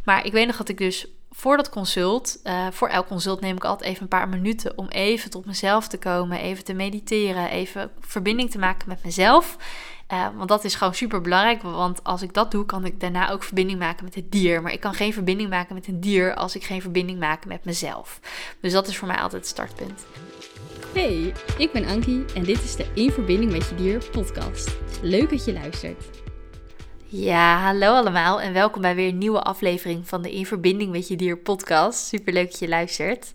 Maar ik weet nog dat ik dus voor dat consult, voor elk consult neem ik altijd even een paar minuten om even tot mezelf te komen, even te mediteren, even verbinding te maken met mezelf. Want dat is gewoon super belangrijk, want als ik dat doe, kan ik daarna ook verbinding maken met het dier. Maar ik kan geen verbinding maken met een dier als ik geen verbinding maak met mezelf. Dus dat is voor mij altijd het startpunt. Hey, ik ben Ankie en dit is de In Verbinding met Je Dier podcast. Leuk dat je luistert. Ja, hallo allemaal en welkom bij weer een nieuwe aflevering van de In Verbinding met Je Dier podcast. Superleuk dat je luistert.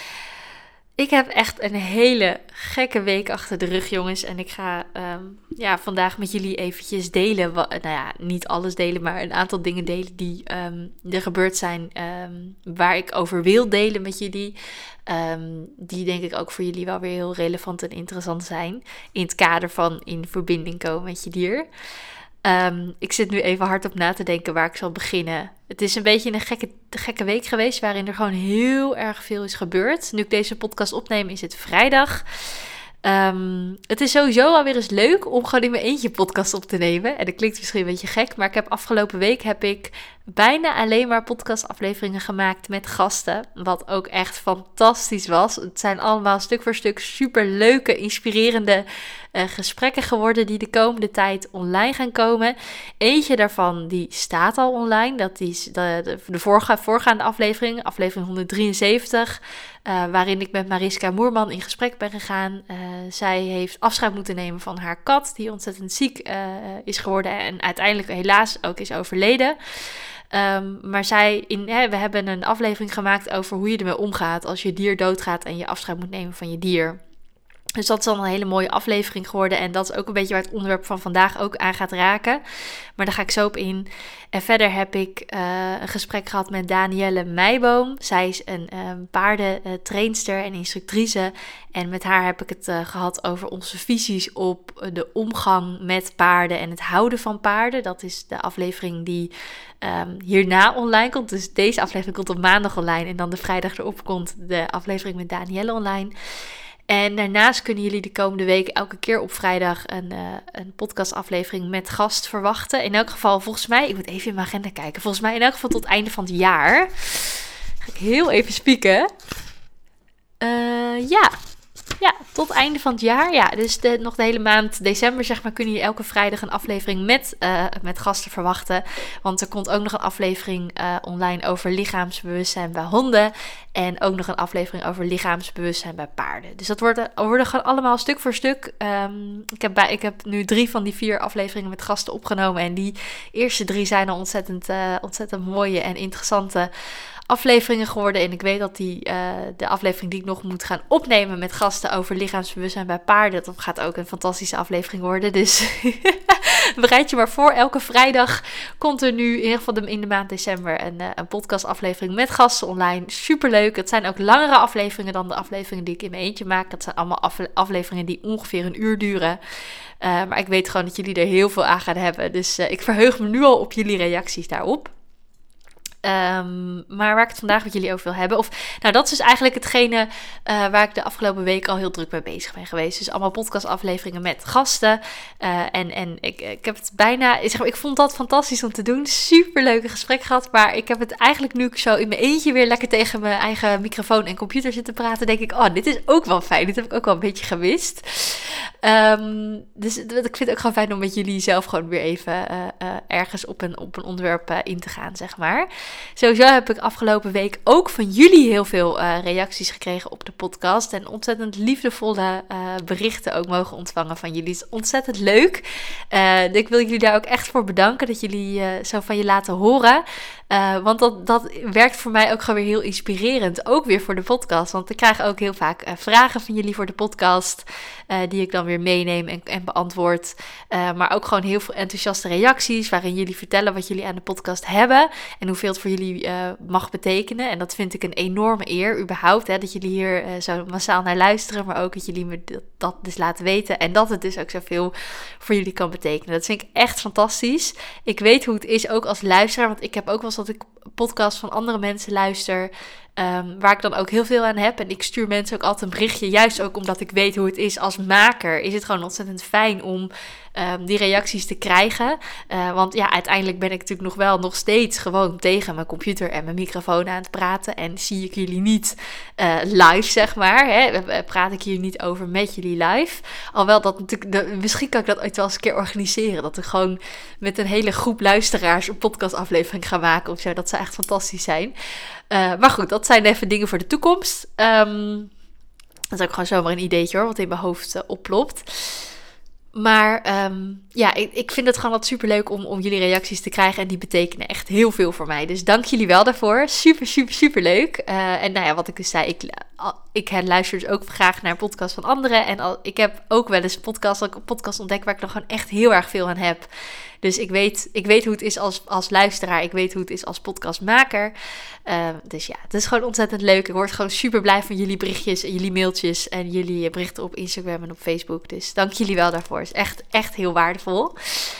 Ik heb echt een hele gekke week achter de rug, jongens. En ik ga vandaag met jullie eventjes delen. Niet alles delen, maar een aantal dingen delen die er gebeurd zijn. Waar ik over wil delen met jullie. Die denk ik ook voor jullie wel weer heel relevant en interessant zijn. In het kader van in verbinding komen met je dier. Ik zit nu even hardop na te denken waar ik zal beginnen. Het is een beetje een gekke week geweest waarin er gewoon heel erg veel is gebeurd. Nu ik deze podcast opneem is het vrijdag. Het is sowieso alweer eens leuk om gewoon in mijn eentje podcast op te nemen. En dat klinkt misschien een beetje gek, maar afgelopen week heb ik bijna alleen maar podcastafleveringen gemaakt met gasten. Wat ook echt fantastisch was. Het zijn allemaal stuk voor stuk super leuke, inspirerende gesprekken geworden die de komende tijd online gaan komen. Eentje daarvan die staat al online. Dat is de voorgaande aflevering 173. Waarin ik met Mariska Moerman in gesprek ben gegaan. Zij heeft afscheid moeten nemen van haar kat, die ontzettend ziek is geworden en uiteindelijk helaas ook is overleden. Maar we hebben een aflevering gemaakt over hoe je ermee omgaat als je dier doodgaat en je afscheid moet nemen van je dier. Dus dat is dan een hele mooie aflevering geworden. En dat is ook een beetje waar het onderwerp van vandaag ook aan gaat raken. Maar daar ga ik zo op in. En verder heb ik een gesprek gehad met Danielle Meijboom. Zij is een paardentrainster en instructrice. En met haar heb ik het gehad over onze visies op de omgang met paarden en het houden van paarden. Dat is de aflevering die hierna online komt. Dus deze aflevering komt op maandag online. En dan de vrijdag erop komt de aflevering met Danielle online. En daarnaast kunnen jullie de komende week elke keer op vrijdag een podcastaflevering met gast verwachten. In elk geval, volgens mij, ik moet even in mijn agenda kijken. Volgens mij in elk geval tot het einde van het jaar. Ga ik heel even spieken. Ja, tot het einde van het jaar. Ja, dus nog de hele maand december, zeg maar, kunnen jullie elke vrijdag een aflevering met gasten verwachten. Want er komt ook nog een aflevering online over lichaamsbewustzijn bij honden. En ook nog een aflevering over lichaamsbewustzijn bij paarden. Dus dat worden gewoon allemaal stuk voor stuk. Ik heb nu 3 van die 4 afleveringen met gasten opgenomen. En die eerste 3 zijn al ontzettend mooie en interessante afleveringen geworden. En ik weet dat de aflevering die ik nog moet gaan opnemen met gasten over lichaamsbewustzijn bij paarden, dat gaat ook een fantastische aflevering worden. Dus bereid je maar voor. Elke vrijdag komt er nu in ieder geval in de maand december een podcastaflevering met gasten online. Superleuk. Het zijn ook langere afleveringen dan de afleveringen die ik in mijn eentje maak. Dat zijn allemaal afleveringen die ongeveer 1 uur duren. Maar ik weet gewoon dat jullie er heel veel aan gaan hebben. Dus ik verheug me nu al op jullie reacties daarop. Maar waar ik het vandaag met jullie over wil hebben. Dat is dus eigenlijk hetgene waar ik de afgelopen week al heel druk mee bezig ben geweest. Dus allemaal podcastafleveringen met gasten. En ik heb het bijna. Ik vond dat fantastisch om te doen. Superleuke gesprek gehad. Maar ik heb het eigenlijk nu ik zo in mijn eentje weer lekker tegen mijn eigen microfoon en computer zit te praten. Denk ik, dit is ook wel fijn. Dit heb ik ook wel een beetje gemist. Dus ik vind het ook gewoon fijn om met jullie zelf gewoon weer even ergens op een onderwerp in te gaan, zeg maar. Sowieso heb ik afgelopen week ook van jullie heel veel reacties gekregen op de podcast. En ontzettend liefdevolle berichten ook mogen ontvangen van jullie. Het is ontzettend leuk. Ik wil jullie daar ook echt voor bedanken dat jullie zo van je laten horen. Want dat werkt voor mij ook gewoon weer heel inspirerend. Ook weer voor de podcast. Want ik krijg ook heel vaak vragen van jullie voor de podcast. Die ik dan weer meeneem en beantwoord. Maar ook gewoon heel veel enthousiaste reacties. Waarin jullie vertellen wat jullie aan de podcast hebben. En hoeveel het voor jullie mag betekenen. En dat vind ik een enorme eer überhaupt. Dat jullie hier zo massaal naar luisteren. Maar ook dat jullie me dat dus laten weten. En dat het dus ook zoveel voor jullie kan betekenen. Dat vind ik echt fantastisch. Ik weet hoe het is ook als luisteraar. Want ik heb ook wel eens dat ik podcasts van andere mensen luister. Waar ik dan ook heel veel aan heb. En ik stuur mensen ook altijd een berichtje. Juist ook omdat ik weet hoe het is als maker. Is het gewoon ontzettend fijn om die reacties te krijgen. Want ja, uiteindelijk ben ik natuurlijk nog steeds gewoon tegen mijn computer en mijn microfoon aan het praten. En zie ik jullie niet live, zeg maar. Hè? Praat ik hier niet over met jullie live. Alhoewel dat natuurlijk, misschien kan ik dat ooit wel eens een keer organiseren. Dat we gewoon met een hele groep luisteraars een podcastaflevering gaan maken of zo. Dat zou echt fantastisch zijn. Maar goed, dat zijn even dingen voor de toekomst. Dat is ook gewoon zomaar een ideetje hoor, wat in mijn hoofd oplopt. Maar ik vind het gewoon wat superleuk om jullie reacties te krijgen. En die betekenen echt heel veel voor mij. Dus dank jullie wel daarvoor. Super, super, super leuk. En nou ja, wat ik dus zei, ik luister dus ook graag naar podcasts van anderen. En ik heb ook wel eens een podcast ontdekt waar ik nog gewoon echt heel erg veel aan heb. Dus ik weet hoe het is als luisteraar. Ik weet hoe het is als podcastmaker. Dus ja, het is gewoon ontzettend leuk. Ik word gewoon super blij van jullie berichtjes en jullie mailtjes en jullie berichten op Instagram en op Facebook. Dus dank jullie wel daarvoor. Het is echt, echt heel waardevol.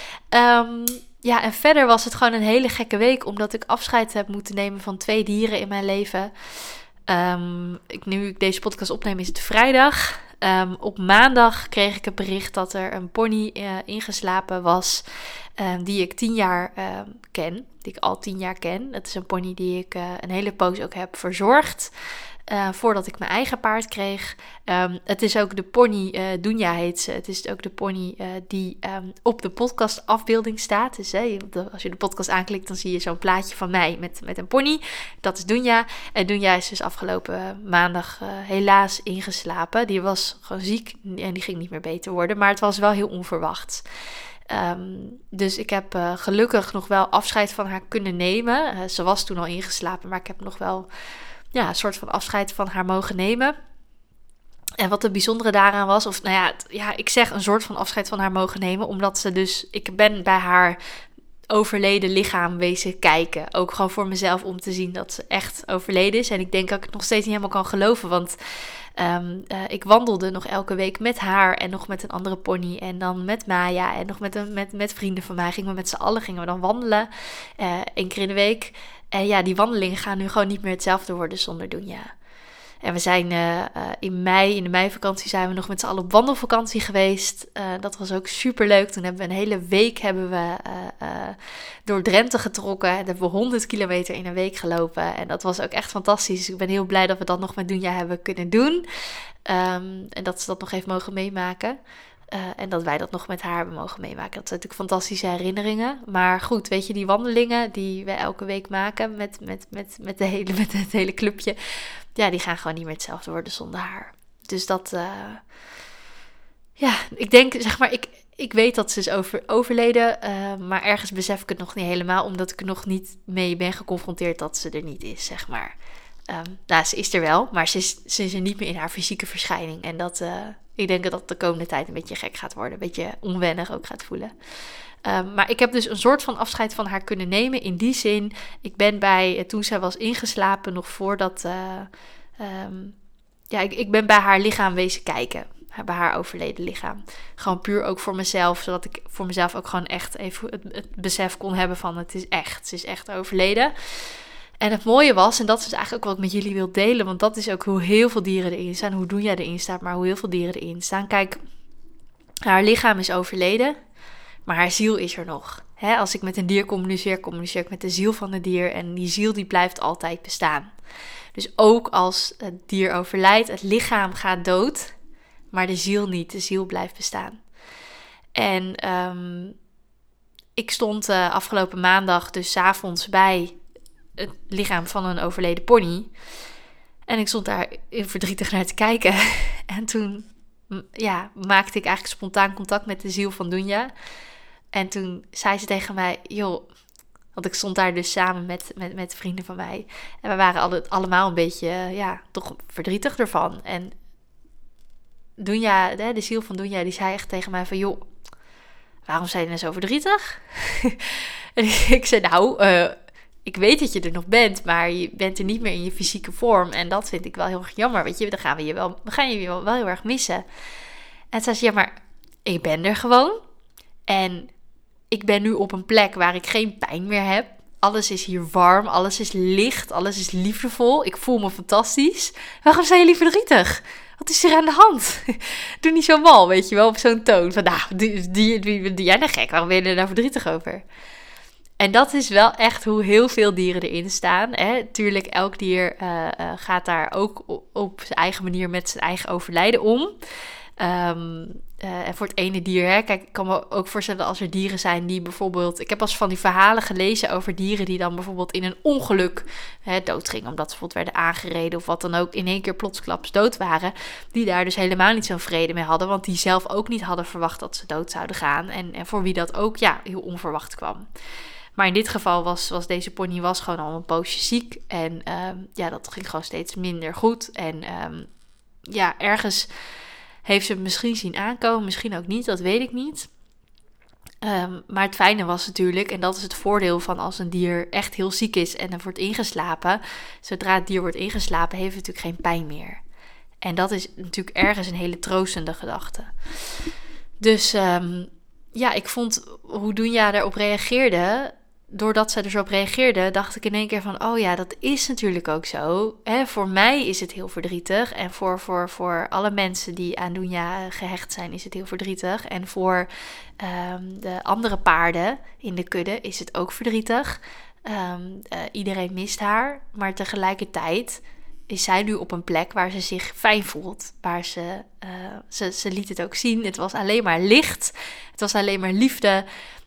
En verder was het gewoon een hele gekke week, omdat ik afscheid heb moeten nemen van 2 dieren in mijn leven. Nu ik deze podcast opneem is het vrijdag. Op maandag kreeg ik het bericht dat er een pony ingeslapen was die ik 10 jaar ken. Die ik al 10 jaar ken. Het is een pony die ik een hele poos ook heb verzorgd. Voordat ik mijn eigen paard kreeg. Het is ook de pony, Dunja heet ze. Het is ook de pony die op de podcastafbeelding staat. Dus als je de podcast aanklikt, dan zie je zo'n plaatje van mij met een pony. Dat is Dunja. En Dunja is dus afgelopen maandag helaas ingeslapen. Die was gewoon ziek en die ging niet meer beter worden. Maar het was wel heel onverwachts. Dus ik heb gelukkig nog wel afscheid van haar kunnen nemen. Ze was toen al ingeslapen, maar ik heb nog wel een soort van afscheid van haar mogen nemen. En wat het bijzondere daaraan was, ik zeg een soort van afscheid van haar mogen nemen, omdat ze dus, ik ben bij haar overleden lichaam wezen kijken. Ook gewoon voor mezelf om te zien dat ze echt overleden is. En ik denk dat ik het nog steeds niet helemaal kan geloven, want ik wandelde nog elke week met haar en nog met een andere pony en dan met Maya en nog met vrienden van mij. Gingen we met z'n allen dan wandelen, 1 keer in de week. En ja, die wandelingen gaan nu gewoon niet meer hetzelfde worden zonder Dunja. En we zijn in de meivakantie zijn we nog met z'n allen op wandelvakantie geweest. Dat was ook super leuk. Toen hebben we een hele week door Drenthe getrokken. En hebben we 100 kilometer in een week gelopen. En dat was ook echt fantastisch. Dus ik ben heel blij dat we dat nog met Dunja hebben kunnen doen. En dat ze dat nog heeft mogen meemaken. En dat wij dat nog met haar hebben mogen meemaken. Dat zijn natuurlijk fantastische herinneringen. Maar goed, weet je, die wandelingen die we elke week maken met het hele clubje. Ja, die gaan gewoon niet meer hetzelfde worden zonder haar. Dus dat, ik denk, zeg maar, ik weet dat ze is overleden. Maar ergens besef ik het nog niet helemaal, omdat ik er nog niet mee ben geconfronteerd dat ze er niet is, zeg maar. Ze is er wel, maar ze is er niet meer in haar fysieke verschijning. En dat, ik denk dat de komende tijd een beetje gek gaat worden. Een beetje onwennig ook gaat voelen. Maar ik heb dus een soort van afscheid van haar kunnen nemen. In die zin, ik ben toen zij was ingeslapen, nog voordat ik ben bij haar lichaam wezen kijken. Bij haar overleden lichaam. Gewoon puur ook voor mezelf, zodat ik voor mezelf ook gewoon echt even het besef kon hebben van ze is echt overleden. En het mooie was, en dat is eigenlijk ook wat ik met jullie wil delen, want dat is ook hoe heel veel dieren erin staan, hoe Dunja erin staat, maar hoe heel veel dieren erin staan. Kijk, haar lichaam is overleden, maar haar ziel is er nog. Als ik met een dier communiceer ik met de ziel van het dier en die ziel die blijft altijd bestaan. Dus ook als het dier overlijdt, het lichaam gaat dood, maar de ziel niet, de ziel blijft bestaan. En ik stond afgelopen maandag dus 's avonds bij het lichaam van een overleden pony. En ik stond daar verdrietig naar te kijken. En toen maakte ik eigenlijk spontaan contact met de ziel van Dunja. En toen zei ze tegen mij, joh, want ik stond daar dus samen met vrienden van mij. En we waren allemaal een beetje, toch verdrietig ervan. En Dunja, de ziel van Dunja, die zei echt tegen mij van, joh, waarom zijn je nou zo verdrietig? En ik zei, ik weet dat je er nog bent, maar je bent er niet meer in je fysieke vorm. En dat vind ik wel heel erg jammer, weet je. Dan gaan je wel heel erg missen. En toen zei ze, ja, maar ik ben er gewoon. En ik ben nu op een plek waar ik geen pijn meer heb. Alles is hier warm, alles is licht, alles is liefdevol. Ik voel me fantastisch. Waarom zijn jullie verdrietig? wat is er aan de hand? Doe niet zo mal, weet je wel, op zo'n toon. Van, nou, die jij nou gek, waarom ben je er nou verdrietig over? En dat is wel echt hoe heel veel dieren erin staan. Hè? Tuurlijk, elk dier gaat daar ook op zijn eigen manier met zijn eigen overlijden om. En voor het ene dier, hè, kijk, ik kan me ook voorstellen als er dieren zijn die bijvoorbeeld... Ik heb als van die verhalen gelezen over dieren die dan bijvoorbeeld in een ongeluk doodgingen. Omdat ze bijvoorbeeld werden aangereden of wat dan ook, in één keer plotsklaps dood waren. Die daar dus helemaal niet zo'n vrede mee hadden. Want die zelf ook niet hadden verwacht dat ze dood zouden gaan. En voor wie dat ook heel onverwacht kwam. Maar in dit geval was deze pony gewoon al een poosje ziek. En dat ging gewoon steeds minder goed. En ergens heeft ze het misschien zien aankomen, misschien ook niet, dat weet ik niet. Maar het fijne was natuurlijk, en dat is het voordeel van als een dier echt heel ziek is en er wordt ingeslapen. Zodra het dier wordt ingeslapen, heeft het natuurlijk geen pijn meer. En dat is natuurlijk ergens een hele troostende gedachte. Dus ik vond hoe Dunja erop reageerde, doordat zij er zo op reageerde, dacht ik in één keer van, oh ja, dat is natuurlijk ook zo. Hè, voor mij is het heel verdrietig. En voor alle mensen die aan Dunja gehecht zijn, is het heel verdrietig. En voor de andere paarden in de kudde is het ook verdrietig. Iedereen mist haar. Maar tegelijkertijd is zij nu op een plek waar ze zich fijn voelt. Waar ze liet het ook zien. Het was alleen maar licht. Het was alleen maar liefde.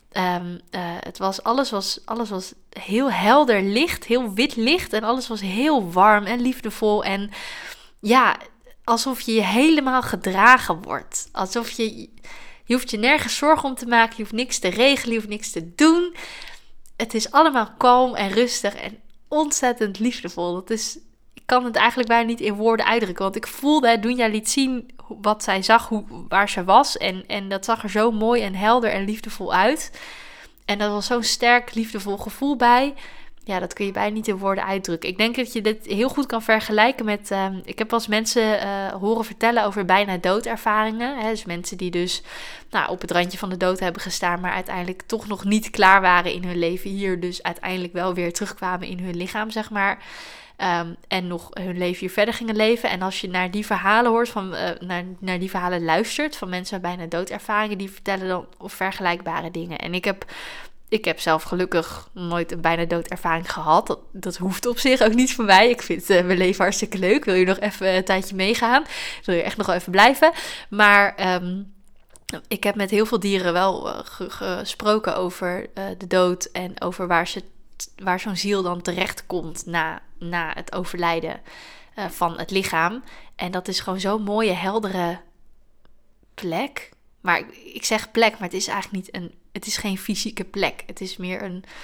Alles was heel helder licht, heel wit licht. En alles was heel warm en liefdevol. En ja, alsof je helemaal gedragen wordt. Alsof je hoeft je nergens zorgen om te maken. Je hoeft niks te regelen, je hoeft niks te doen. Het is allemaal kalm en rustig en ontzettend liefdevol. Ik kan het eigenlijk bijna niet in woorden uitdrukken. Want ik voelde, Dunja liet zien wat zij zag, waar ze was. En dat zag er zo mooi en helder en liefdevol uit. En dat was zo'n sterk, liefdevol gevoel bij. Ja, dat kun je bijna niet in woorden uitdrukken. Ik denk dat je dit heel goed kan vergelijken met... ik heb wel eens mensen horen vertellen over bijna doodervaringen. Hè? Dus mensen die dus op het randje van de dood hebben gestaan, maar uiteindelijk toch nog niet klaar waren in hun leven hier. Dus uiteindelijk wel weer terugkwamen in hun lichaam, zeg maar. En nog hun leven hier verder gingen leven. En als je naar die verhalen hoort, naar die verhalen luistert van mensen met bijna doodervaringen, die vertellen dan vergelijkbare dingen. En ik heb zelf gelukkig nooit een bijna doodervaring gehad. Dat hoeft op zich ook niet voor mij. Ik vind mijn leven hartstikke leuk. Wil je nog even een tijdje meegaan? Wil je echt nog wel even blijven? Maar ik heb met heel veel dieren wel gesproken over de dood en over waar zo'n ziel dan terecht komt na het overlijden van het lichaam. En dat is gewoon zo'n mooie, heldere plek. Maar ik zeg plek, maar het is eigenlijk niet het is geen fysieke plek. Het is meer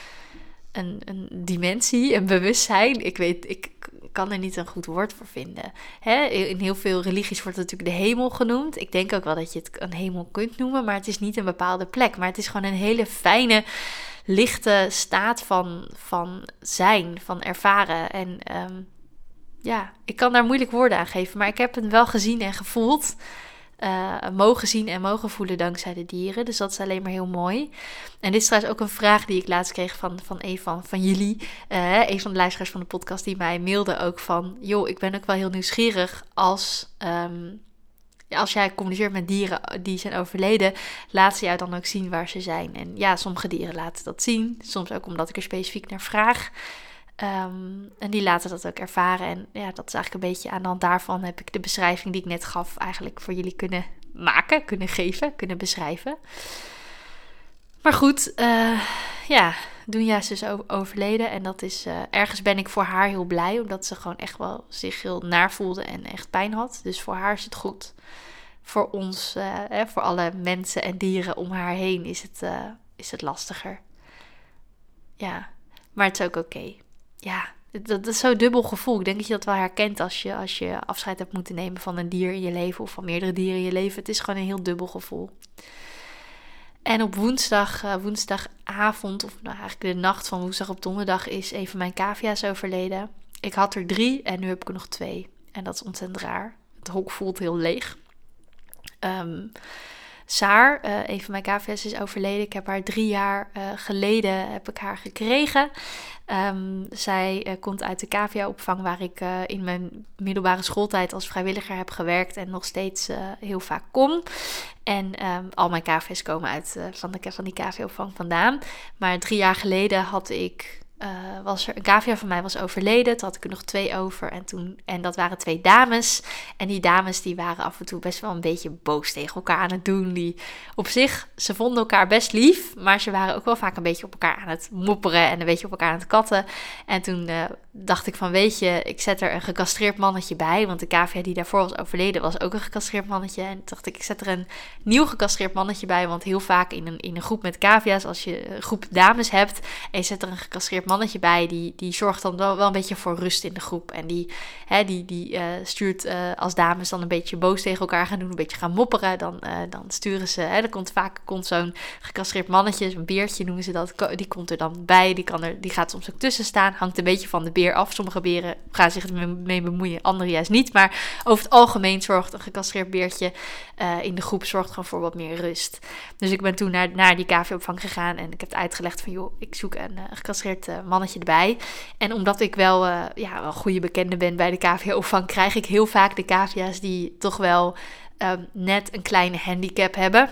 een dimensie, een bewustzijn. Ik kan er niet een goed woord voor vinden. Hè? In heel veel religies wordt het natuurlijk de hemel genoemd. Ik denk ook wel dat je het een hemel kunt noemen, maar het is niet een bepaalde plek. Maar het is gewoon een hele fijne, lichte staat van zijn, van ervaren. En ik kan daar moeilijk woorden aan geven, maar ik heb het wel gezien en gevoeld. Mogen zien en mogen voelen dankzij de dieren. Dus dat is alleen maar heel mooi. En dit is trouwens ook een vraag die ik laatst kreeg van een van jullie. Een van de luisteraars van de podcast die mij mailde ook van... joh, ik ben ook wel heel nieuwsgierig als jij communiceert met dieren die zijn overleden, laat ze jou dan ook zien waar ze zijn. En ja, sommige dieren laten dat zien. Soms ook omdat ik er specifiek naar vraag. En die laten dat ook ervaren. En ja, dat is eigenlijk een beetje aan de hand daarvan heb ik de beschrijving die ik net gaf eigenlijk voor jullie kunnen maken, kunnen geven, kunnen beschrijven. Maar goed, Dunja is dus overleden. En dat is, ergens ben ik voor haar heel blij, omdat ze gewoon echt wel zich heel naar voelde en echt pijn had. Dus voor haar is het goed. Voor ons, voor alle mensen en dieren om haar heen is het lastiger. Ja, maar het is ook oké. Ja, dat is zo'n dubbel gevoel. Ik denk dat je dat wel herkent als je afscheid hebt moeten nemen van een dier in je leven of van meerdere dieren in je leven. Het is gewoon een heel dubbel gevoel. En op woensdagavond, of eigenlijk de nacht van woensdag op donderdag, is een van mijn cavia's overleden. Ik had er 3 en nu heb ik er nog 2. En dat is ontzettend raar. Het hok voelt heel leeg. Saar, een van mijn cavia's, is overleden. Ik heb haar 3 jaar geleden heb ik haar gekregen. Zij komt uit de cavia-opvang waar ik in mijn middelbare schooltijd als vrijwilliger heb gewerkt en nog steeds heel vaak kom. En al mijn cavia's komen uit van die cavia-opvang vandaan. Maar 3 jaar geleden was er een cavia van mij was overleden. Toen had ik er nog 2 over. En dat waren 2 dames. En die dames die waren af en toe best wel een beetje boos tegen elkaar aan het doen. Die op zich, ze vonden elkaar best lief. Maar ze waren ook wel vaak een beetje op elkaar aan het mopperen. En een beetje op elkaar aan het katten. En toen dacht ik van, weet je, ik zet er een gecastreerd mannetje bij. Want de cavia die daarvoor was overleden was ook een gecastreerd mannetje. En toen dacht ik zet er een nieuw gecastreerd mannetje bij. Want heel vaak in een groep met cavia's, als je een groep dames hebt en je zet er een gecastreerd mannetje bij, die zorgt dan wel een beetje voor rust in de groep. En die stuurt als dames dan een beetje boos tegen elkaar gaan doen, een beetje gaan mopperen, dan sturen ze, er komt zo'n gecastreerd mannetje, zo'n beertje noemen ze dat, die komt er dan bij, die gaat soms ook tussen staan, hangt een beetje van de beer af. Sommige beren gaan zich ermee bemoeien, andere juist niet, maar over het algemeen zorgt een gecastreerd beertje in de groep zorgt gewoon voor wat meer rust. Dus ik ben toen naar die cavia-opvang gegaan en ik heb het uitgelegd van, joh, ik zoek een gecastreerd mannetje erbij. En omdat ik wel een goede bekende ben bij de cavia-opvang, krijg ik heel vaak de cavia's die toch wel net een kleine handicap hebben.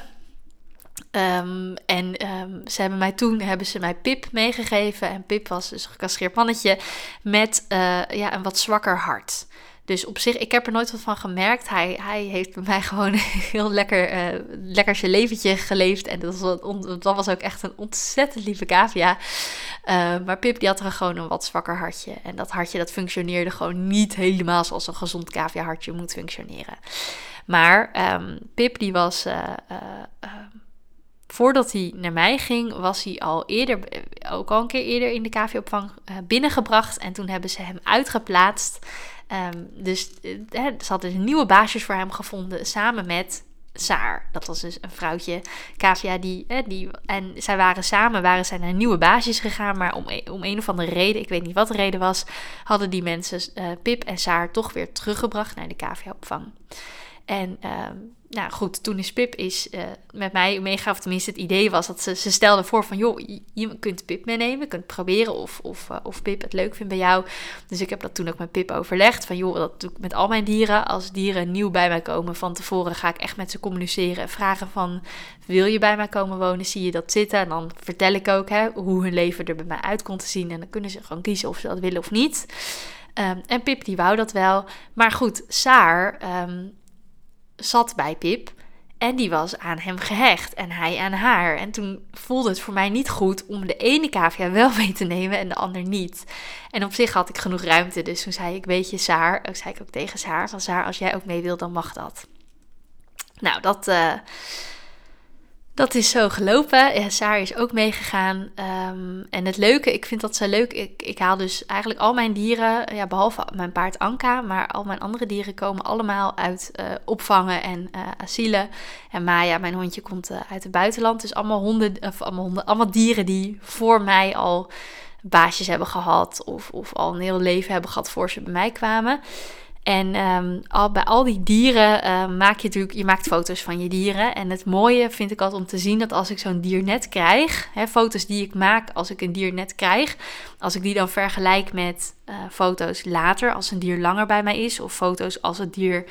Ze hebben ze mij Pip meegegeven. En Pip was dus een gecastreerd mannetje met een wat zwakker hart. Dus op zich, ik heb er nooit wat van gemerkt. Hij heeft bij mij gewoon heel lekker zijn leventje geleefd. En dat was ook echt een ontzettend lieve cavia. Maar Pip, die had er gewoon een wat zwakker hartje. En dat hartje, dat functioneerde gewoon niet helemaal zoals een gezond cavia hartje moet functioneren. Maar Pip, die was voordat hij naar mij ging, was hij ook al een keer eerder in de cavia-opvang binnengebracht. En toen hebben ze hem uitgeplaatst. Ze hadden dus nieuwe baasjes voor hem gevonden, samen met Saar. Dat was dus een vrouwtje, cavia, en zij waren naar nieuwe baasjes gegaan. Maar om een of andere reden, ik weet niet wat de reden was, hadden die mensen Pip en Saar toch weer teruggebracht naar de cavia-opvang. En goed, toen is Pip met mij meegaan, of tenminste het idee was dat ze stelden voor van, joh, je kunt Pip meenemen, je kunt proberen of Pip het leuk vindt bij jou. Dus ik heb dat toen ook met Pip overlegd, van joh, dat doe ik met al mijn dieren. Als dieren nieuw bij mij komen van tevoren, ga ik echt met ze communiceren en vragen van, wil je bij mij komen wonen, zie je dat zitten? En dan vertel ik ook hoe hun leven er bij mij uit komt te zien en dan kunnen ze gewoon kiezen of ze dat willen of niet. En Pip die wou dat wel, maar goed, Saar zat bij Pip en die was aan hem gehecht en hij aan haar. En toen voelde het voor mij niet goed om de ene cavia wel mee te nemen en de ander niet. En op zich had ik genoeg ruimte, dus toen zei ik, weet je Saar, zei ik ook tegen Saar, van Saar, als jij ook mee wil, dan mag dat. Nou, dat is zo gelopen. Ja, Saar is ook meegegaan. En het leuke, ik vind dat zo leuk. Ik haal dus eigenlijk al mijn dieren, behalve mijn paard Anka, maar al mijn andere dieren komen allemaal uit opvangen en asielen. En Maya, mijn hondje, komt uit het buitenland. Dus allemaal dieren die voor mij al baasjes hebben gehad of al een heel leven hebben gehad voor ze bij mij kwamen. En bij al die dieren je maakt foto's van je dieren. En het mooie vind ik altijd om te zien dat als ik zo'n dier net krijg, foto's die ik maak als ik een dier net krijg, als ik die dan vergelijk met foto's later, als een dier langer bij mij is, of foto's als het dier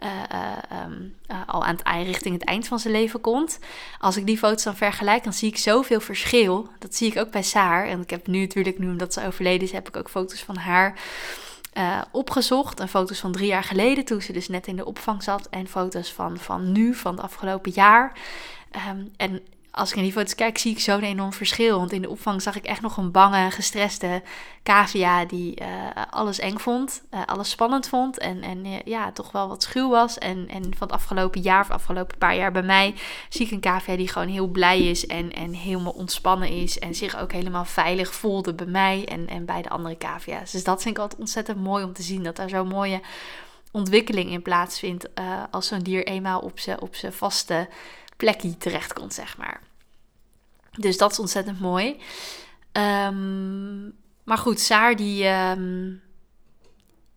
al richting het eind van zijn leven komt. Als ik die foto's dan vergelijk, dan zie ik zoveel verschil. Dat zie ik ook bij Saar. En ik heb nu omdat ze overleden is, heb ik ook foto's van haar opgezocht. En foto's van 3 jaar geleden, toen ze dus net in de opvang zat. En foto's van nu, van het afgelopen jaar. En als ik naar die foto's kijk, zie ik zo'n enorm verschil. Want in de opvang zag ik echt nog een bange, gestreste cavia die alles eng vond, alles spannend vond en toch wel wat schuw was. En van het afgelopen jaar of afgelopen paar jaar bij mij zie ik een cavia die gewoon heel blij is en helemaal ontspannen is en zich ook helemaal veilig voelde bij mij en bij de andere cavia's. Dus dat vind ik altijd ontzettend mooi om te zien, dat daar zo'n mooie ontwikkeling in plaatsvindt als zo'n dier eenmaal op zijn vaste plekje terechtkomt, zeg maar. Dus dat is ontzettend mooi. Maar goed, Saar die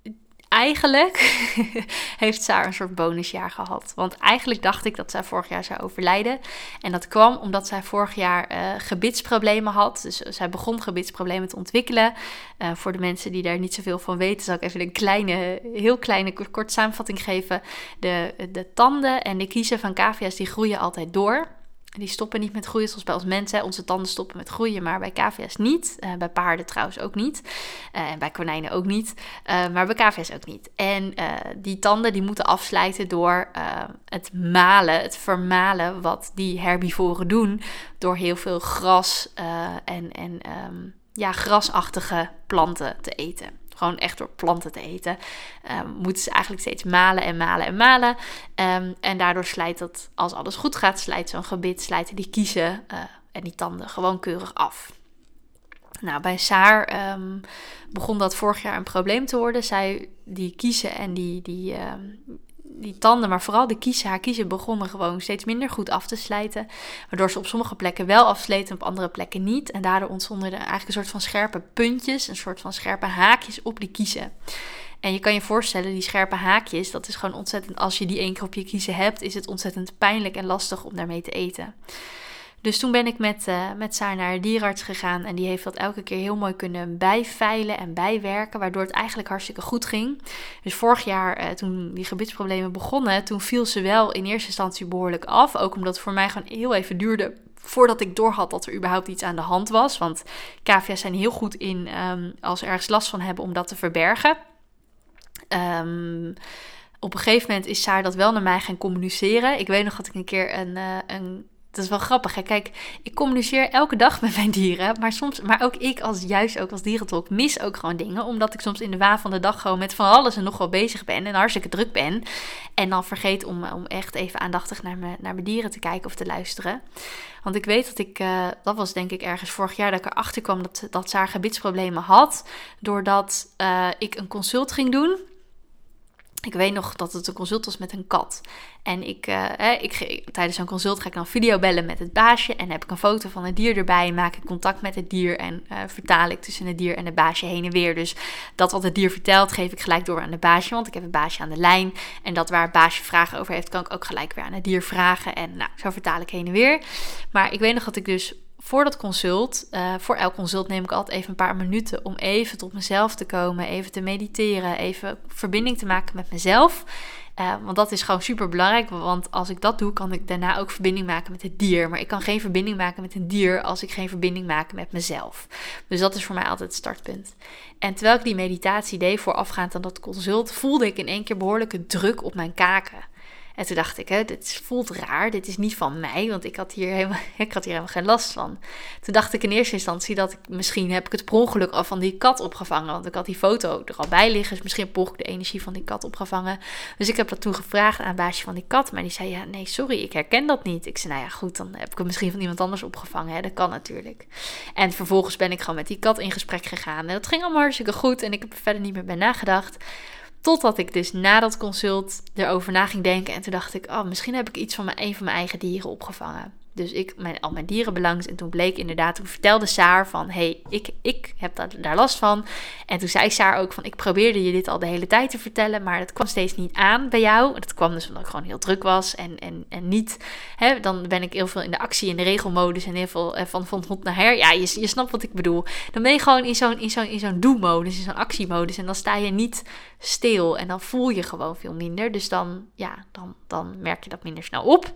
eigenlijk heeft Saar een soort bonusjaar gehad. Want eigenlijk dacht ik dat zij vorig jaar zou overlijden. En dat kwam omdat zij vorig jaar gebitsproblemen had. Dus zij begon gebitsproblemen te ontwikkelen. Voor de mensen die daar niet zoveel van weten, zal ik even een heel kleine kort samenvatting geven. De tanden en de kiezen van cavia's die groeien altijd door. Die stoppen niet met groeien zoals bij ons mensen. Onze tanden stoppen met groeien, maar bij cavia's niet. Bij paarden trouwens ook niet. En bij konijnen ook niet. Maar bij cavia's ook niet. En die tanden die moeten afslijten door het vermalen wat die herbivoren doen. Door heel veel gras en grasachtige planten te eten. Gewoon echt door planten te eten. Moeten ze eigenlijk steeds malen en malen en malen. En daardoor slijt dat, als alles goed gaat, slijten die kiezen en die tanden gewoon keurig af. Nou, bij Saar begon dat vorig jaar een probleem te worden. Die kiezen en die tanden, maar vooral haar kiezen begonnen gewoon steeds minder goed af te slijten. Waardoor ze op sommige plekken wel afsleten en op andere plekken niet. En daardoor ontstonden er eigenlijk een soort van scherpe puntjes, een soort van scherpe haakjes op die kiezen. En je kan je voorstellen, die scherpe haakjes, dat is gewoon ontzettend, als je die 1 keer op je kiezen hebt, is het ontzettend pijnlijk en lastig om daarmee te eten. Dus toen ben ik met Saar naar de dierenarts gegaan en die heeft dat elke keer heel mooi kunnen bijveilen en bijwerken, waardoor het eigenlijk hartstikke goed ging. Dus vorig jaar, toen die gebitsproblemen begonnen, toen viel ze wel in eerste instantie behoorlijk af. Ook omdat het voor mij gewoon heel even duurde voordat ik doorhad dat er überhaupt iets aan de hand was. Want cavia's zijn heel goed in, als ze ergens last van hebben, om dat te verbergen. Op een gegeven moment is Saar dat wel naar mij gaan communiceren. Ik weet nog dat ik een keer dat is wel grappig, hè? Kijk, ik communiceer elke dag met mijn dieren, maar ook ik als dierentolk mis ook gewoon dingen, omdat ik soms in de waan van de dag gewoon met van alles en nog wel bezig ben en hartstikke druk ben. En dan vergeet om echt even aandachtig naar mijn dieren te kijken of te luisteren. Want ik weet dat was denk ik ergens vorig jaar, dat ik erachter kwam dat Saar gebitsproblemen had, doordat ik een consult ging doen. Ik weet nog dat het een consult was met een kat. En tijdens zo'n consult ga ik dan video bellen met het baasje. En heb ik een foto van het dier erbij. Maak ik contact met het dier. En vertaal ik tussen het dier en het baasje heen en weer. Dus dat wat het dier vertelt, geef ik gelijk door aan de baasje. Want ik heb een baasje aan de lijn. En dat waar het baasje vragen over heeft, kan ik ook gelijk weer aan het dier vragen. En nou, zo vertaal ik heen en weer. Maar ik weet nog dat ik dus voor dat consult, voor elk consult neem ik altijd even een paar minuten om even tot mezelf te komen, even te mediteren, even verbinding te maken met mezelf. Want dat is gewoon super belangrijk, want als ik dat doe, kan ik daarna ook verbinding maken met het dier. Maar ik kan geen verbinding maken met een dier als ik geen verbinding maak met mezelf. Dus dat is voor mij altijd het startpunt. En terwijl ik die meditatie deed voorafgaand aan dat consult, voelde ik in één keer behoorlijke druk op mijn kaken. En toen dacht ik, dit voelt raar, dit is niet van mij, want ik had hier helemaal geen last van. Toen dacht ik in eerste instantie dat misschien heb ik het per ongeluk al van die kat opgevangen, want ik had die foto er al bij liggen, dus misschien heb ik de energie van die kat opgevangen. Dus ik heb dat toen gevraagd aan het baasje van die kat, maar die zei, ja, nee, sorry, ik herken dat niet. Ik zei, nou ja, goed, dan heb ik het misschien van iemand anders opgevangen, hè? Dat kan natuurlijk. En vervolgens ben ik gewoon met die kat in gesprek gegaan en dat ging allemaal hartstikke goed en ik heb er verder niet meer bij nagedacht. Totdat ik dus na dat consult erover na ging denken. En toen dacht ik, misschien heb ik iets van een van mijn eigen dieren opgevangen. Dus al mijn dieren belangt. En toen bleek inderdaad, toen vertelde Saar van, hey, ik heb daar last van. En toen zei Saar ook van, ik probeerde je dit al de hele tijd te vertellen, maar dat kwam steeds niet aan bij jou. Dat kwam dus omdat ik gewoon heel druk was en niet, dan ben ik heel veel in de actie, in de regelmodus en heel veel van hond naar her. Ja, je snapt wat ik bedoel. Dan ben je gewoon in zo'n do-modus, in zo'n actiemodus en dan sta je niet stil en dan voel je gewoon veel minder. Dus dan merk je dat minder snel op.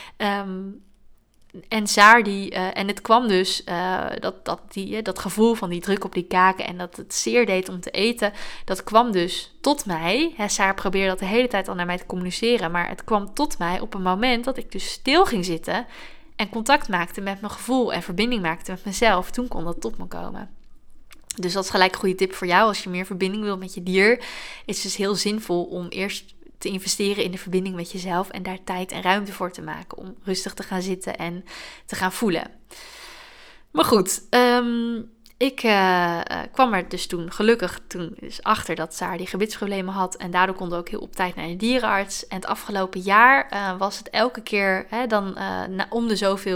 En Saar en het kwam dus dat gevoel van die druk op die kaken en dat het zeer deed om te eten, dat kwam dus tot mij. Saar probeerde dat de hele tijd al naar mij te communiceren, maar het kwam tot mij op een moment dat ik dus stil ging zitten en contact maakte met mijn gevoel en verbinding maakte met mezelf. Toen kon dat tot me komen. Dus dat is gelijk een goede tip voor jou. Als je meer verbinding wil met je dier, is het dus heel zinvol om eerst te investeren in de verbinding met jezelf en daar tijd en ruimte voor te maken om rustig te gaan zitten en te gaan voelen. Maar goed, ik kwam er dus gelukkig achter dat Saar die gebitsproblemen had en daardoor konden we ook heel op tijd naar de dierenarts. En het afgelopen jaar was het elke keer om de zoveel,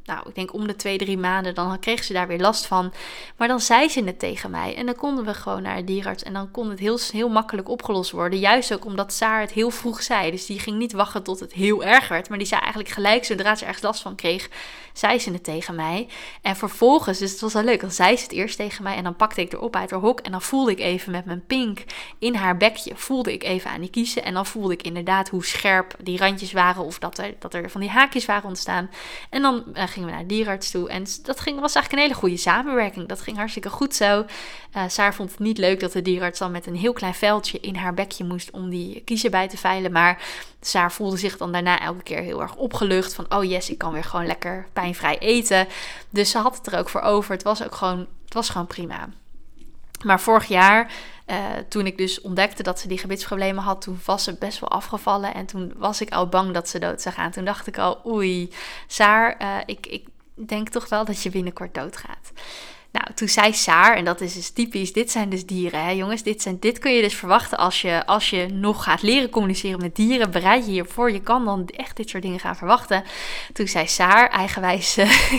ik denk om de 2-3 maanden, dan kreeg ze daar weer last van. Maar dan zei ze het tegen mij. En dan konden we gewoon naar de dierenarts. En dan kon het heel makkelijk opgelost worden. Juist ook omdat Saar het heel vroeg zei. Dus die ging niet wachten tot het heel erg werd. Maar die zei eigenlijk gelijk, zodra ze ergens last van kreeg, zei ze het tegen mij. En vervolgens, dus het was wel leuk, dan zei ze het eerst tegen mij. En dan pakte ik erop uit haar hok. En dan voelde ik even met mijn pink in haar bekje, voelde ik even aan die kiezen. En dan voelde ik inderdaad hoe scherp die randjes waren. Of dat er van die haakjes waren ontstaan. En dan gingen we naar de dierenarts toe. En dat was eigenlijk een hele goede samenwerking. Dat ging hartstikke goed zo. Saar vond het niet leuk dat de dierenarts dan met een heel klein veldje in haar bekje moest om die kiezen bij te veilen. Maar Saar voelde zich dan daarna elke keer heel erg opgelucht. Van, oh yes, ik kan weer gewoon lekker pijnvrij eten. Dus ze had het er ook voor over. Het was gewoon prima. Maar vorig jaar, toen ik dus ontdekte dat ze die gebitsproblemen had, toen was ze best wel afgevallen. En toen was ik al bang dat ze dood zou gaan. Toen dacht ik al, oei, Saar, ik denk toch wel dat je binnenkort doodgaat. Nou, toen zei Saar, en dat is dus typisch, dit zijn dus dieren, hè jongens. Dit kun je dus verwachten als je nog gaat leren communiceren met dieren. Bereid je hiervoor, je kan dan echt dit soort dingen gaan verwachten. Toen zei Saar, eigenwijs,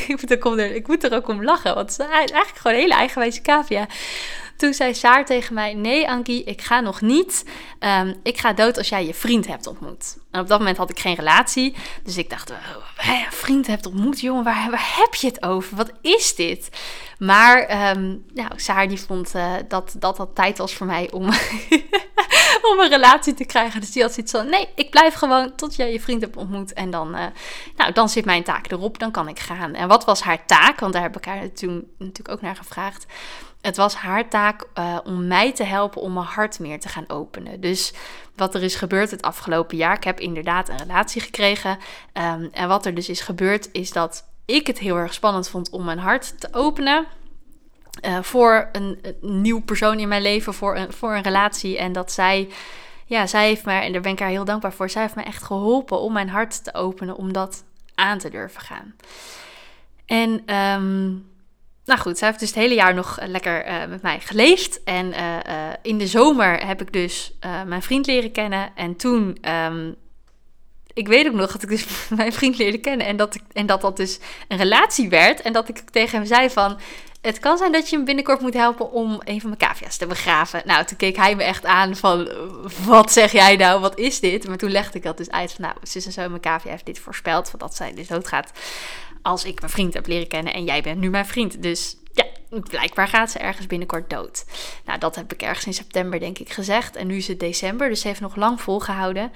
ik moet er ook om lachen, want het is eigenlijk gewoon een hele eigenwijze cavia. Toen zei Saar tegen mij, nee Ankie, ik ga nog niet. Ik ga dood als jij je vriend hebt ontmoet. En op dat moment had ik geen relatie. Dus ik dacht, vriend hebt ontmoet, jongen, waar heb je het over? Wat is dit? Maar Saar die vond dat tijd was voor mij om, om een relatie te krijgen. Dus die had zoiets van, nee, ik blijf gewoon tot jij je vriend hebt ontmoet. En dan zit mijn taak erop, dan kan ik gaan. En wat was haar taak? Want daar heb ik haar toen natuurlijk ook naar gevraagd. Het was haar taak om mij te helpen om mijn hart meer te gaan openen. Dus wat er is gebeurd het afgelopen jaar, ik heb inderdaad een relatie gekregen. En wat er dus is gebeurd is dat ik het heel erg spannend vond om mijn hart te openen. Voor een nieuw persoon in mijn leven, voor een relatie. En dat zij heeft mij, en daar ben ik haar heel dankbaar voor, zij heeft mij echt geholpen om mijn hart te openen, om dat aan te durven gaan. En nou goed, zij heeft dus het hele jaar nog lekker met mij geleefd. En in de zomer heb ik dus mijn vriend leren kennen. En toen, ik weet ook nog dat ik dus mijn vriend leerde kennen. En dat dus een relatie werd. En dat ik tegen hem zei van, het kan zijn dat je hem binnenkort moet helpen om een van mijn cavia's te begraven. Nou, toen keek hij me echt aan van, wat zeg jij nou, wat is dit? Maar toen legde ik dat dus uit van, zus en zo, mijn cavia heeft dit voorspeld, van dat zij dus doodgaat als ik mijn vriend heb leren kennen en jij bent nu mijn vriend. Dus ja, blijkbaar gaat ze ergens binnenkort dood. Nou, dat heb ik ergens in september denk ik gezegd. En nu is het december, dus ze heeft nog lang volgehouden.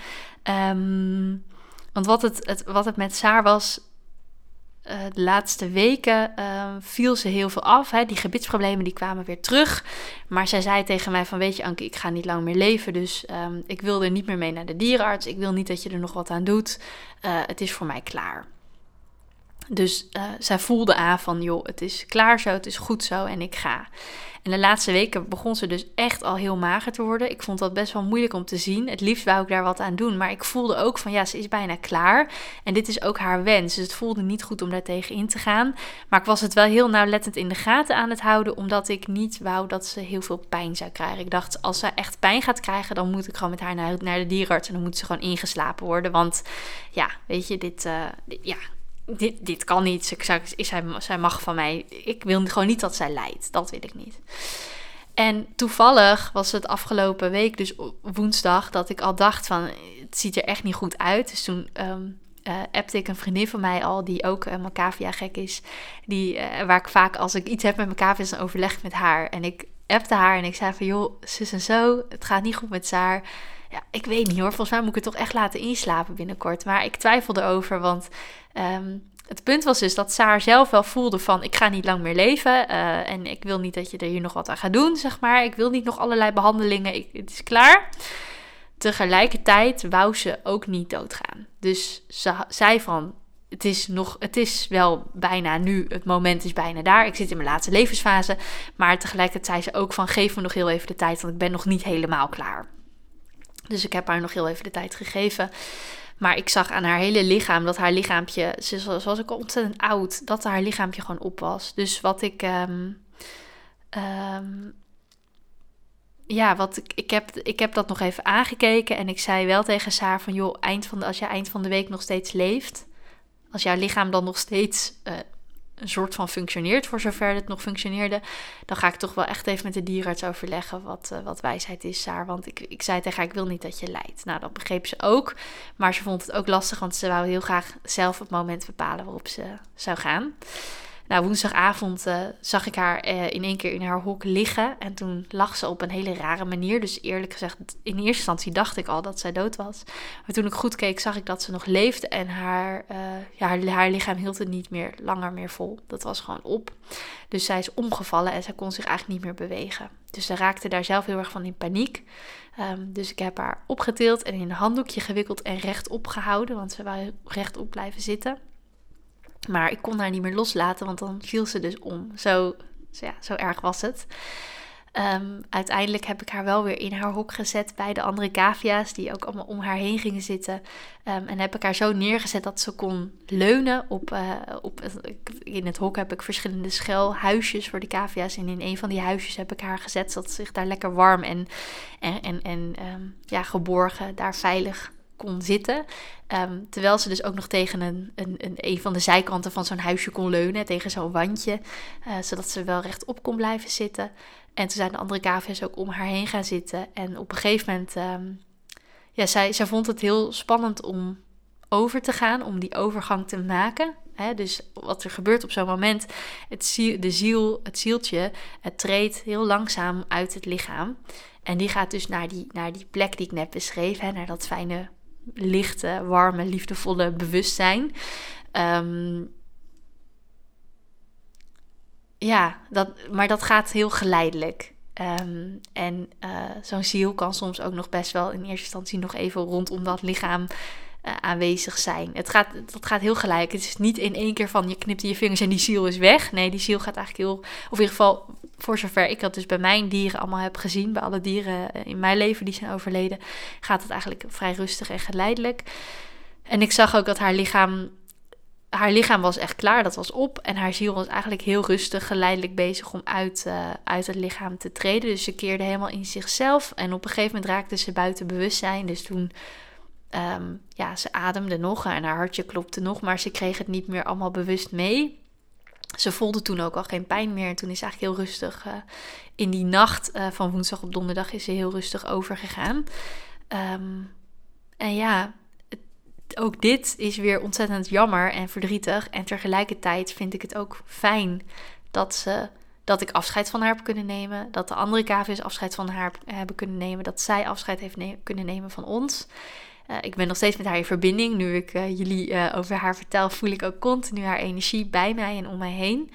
Want wat het met Saar was, de laatste weken viel ze heel veel af. Hè. Die gebitsproblemen die kwamen weer terug. Maar zij zei tegen mij van, weet je Anke, ik ga niet lang meer leven. Dus ik wil er niet meer mee naar de dierenarts. Ik wil niet dat je er nog wat aan doet. Het is voor mij klaar. Dus zij voelde aan van, joh, het is klaar zo, het is goed zo en ik ga. En de laatste weken begon ze dus echt al heel mager te worden. Ik vond dat best wel moeilijk om te zien. Het liefst wou ik daar wat aan doen. Maar ik voelde ook van, ja, ze is bijna klaar. En dit is ook haar wens. Dus het voelde niet goed om daar tegen in te gaan. Maar ik was het wel heel nauwlettend in de gaten aan het houden, omdat ik niet wou dat ze heel veel pijn zou krijgen. Ik dacht, als ze echt pijn gaat krijgen, dan moet ik gewoon met haar naar de dierenarts. En dan moet ze gewoon ingeslapen worden. Want ja, weet je, dit kan niet. Zij mag van mij. Ik wil gewoon niet dat zij lijdt. Dat wil ik niet. En toevallig was het afgelopen week, dus woensdag, dat ik al dacht van, het ziet er echt niet goed uit. Dus toen appte ik een vriendin van mij al, die ook mijn cavia gek is. Waar ik vaak, als ik iets heb met mijn cavia's, dan overleg ik met haar. En ik appte haar en ik zei van, joh, zus en zo, het gaat niet goed met Saar. Ja, ik weet niet hoor, volgens mij moet ik het toch echt laten inslapen binnenkort. Maar ik twijfelde over, want het punt was dus dat Saar zelf wel voelde van, ik ga niet lang meer leven. En ik wil niet dat je er hier nog wat aan gaat doen, zeg maar. Ik wil niet nog allerlei behandelingen, het is klaar. Tegelijkertijd wou ze ook niet doodgaan. Dus ze zei van, het is wel bijna nu, het moment is bijna daar. Ik zit in mijn laatste levensfase. Maar tegelijkertijd zei ze ook van, geef me nog heel even de tijd, want ik ben nog niet helemaal klaar. Dus ik heb haar nog heel even de tijd gegeven. Maar ik zag aan haar hele lichaam dat haar lichaampje, ze was ook ontzettend oud, dat haar lichaampje gewoon op was. Dus wat ik, ik heb dat nog even aangekeken en ik zei wel tegen Saar van, joh, als jij eind van de week nog steeds leeft, als jouw lichaam dan nog steeds een soort van functioneert, voor zover het nog functioneerde, dan ga ik toch wel echt even met de dierenarts overleggen wat wijsheid is, Saar. Want ik zei tegen haar, ik wil niet dat je lijdt. Nou, dat begreep ze ook. Maar ze vond het ook lastig, want ze wou heel graag zelf het moment bepalen waarop ze zou gaan. Nou, woensdagavond zag ik haar in één keer in haar hok liggen. En toen lag ze op een hele rare manier. Dus eerlijk gezegd, in eerste instantie dacht ik al dat zij dood was. Maar toen ik goed keek, zag ik dat ze nog leefde. En haar lichaam hield het niet meer langer meer vol. Dat was gewoon op. Dus zij is omgevallen en zij kon zich eigenlijk niet meer bewegen. Dus ze raakte daar zelf heel erg van in paniek. Dus ik heb haar opgetild en in een handdoekje gewikkeld en rechtop gehouden. Want ze wou rechtop blijven zitten. Maar ik kon haar niet meer loslaten, want dan viel ze dus om. Zo erg was het. Uiteindelijk heb ik haar wel weer in haar hok gezet bij de andere cavia's, die ook allemaal om haar heen gingen zitten. En heb ik haar zo neergezet dat ze kon leunen. In het hok heb ik verschillende schuilhuisjes voor de cavia's. En in een van die huisjes heb ik haar gezet, zodat ze zich daar lekker warm en geborgen, daar veilig kon zitten. Terwijl ze dus ook nog tegen een van de zijkanten van zo'n huisje kon leunen, tegen zo'n wandje, zodat ze wel rechtop kon blijven zitten. En toen zijn de andere cavia's ook om haar heen gaan zitten. En op een gegeven moment, zij vond het heel spannend om over te gaan, om die overgang te maken. Dus wat er gebeurt op zo'n moment, het zieltje, het treedt heel langzaam uit het lichaam. En die gaat dus naar die plek die ik net beschreef, naar dat fijne, lichte, warme, liefdevolle bewustzijn. Maar dat gaat heel geleidelijk. Zo'n ziel kan soms ook nog best wel in eerste instantie nog even rondom dat lichaam aanwezig zijn. Dat gaat heel gelijk. Het is niet in één keer van je knipt in je vingers en die ziel is weg. Nee, die ziel gaat eigenlijk of in ieder geval, voor zover ik dat dus bij mijn dieren allemaal heb gezien, bij alle dieren in mijn leven die zijn overleden, gaat het eigenlijk vrij rustig en geleidelijk. En ik zag ook dat haar lichaam was echt klaar, dat was op. En haar ziel was eigenlijk heel rustig, geleidelijk bezig om uit het lichaam te treden. Dus ze keerde helemaal in zichzelf. En op een gegeven moment raakte ze buiten bewustzijn. Dus toen, ze ademde nog en haar hartje klopte nog. Maar ze kreeg het niet meer allemaal bewust mee. Ze voelde toen ook al geen pijn meer. En toen is ze eigenlijk heel rustig, in die nacht van woensdag op donderdag, is ze heel rustig overgegaan. Ook dit is weer ontzettend jammer en verdrietig. En tegelijkertijd vind ik het ook fijn dat ik afscheid van haar heb kunnen nemen. Dat de andere cavia's afscheid van haar hebben kunnen nemen. Dat zij afscheid heeft kunnen nemen van ons. Ik ben nog steeds met haar in verbinding. Nu ik jullie over haar vertel, voel ik ook continu haar energie bij mij en om mij heen.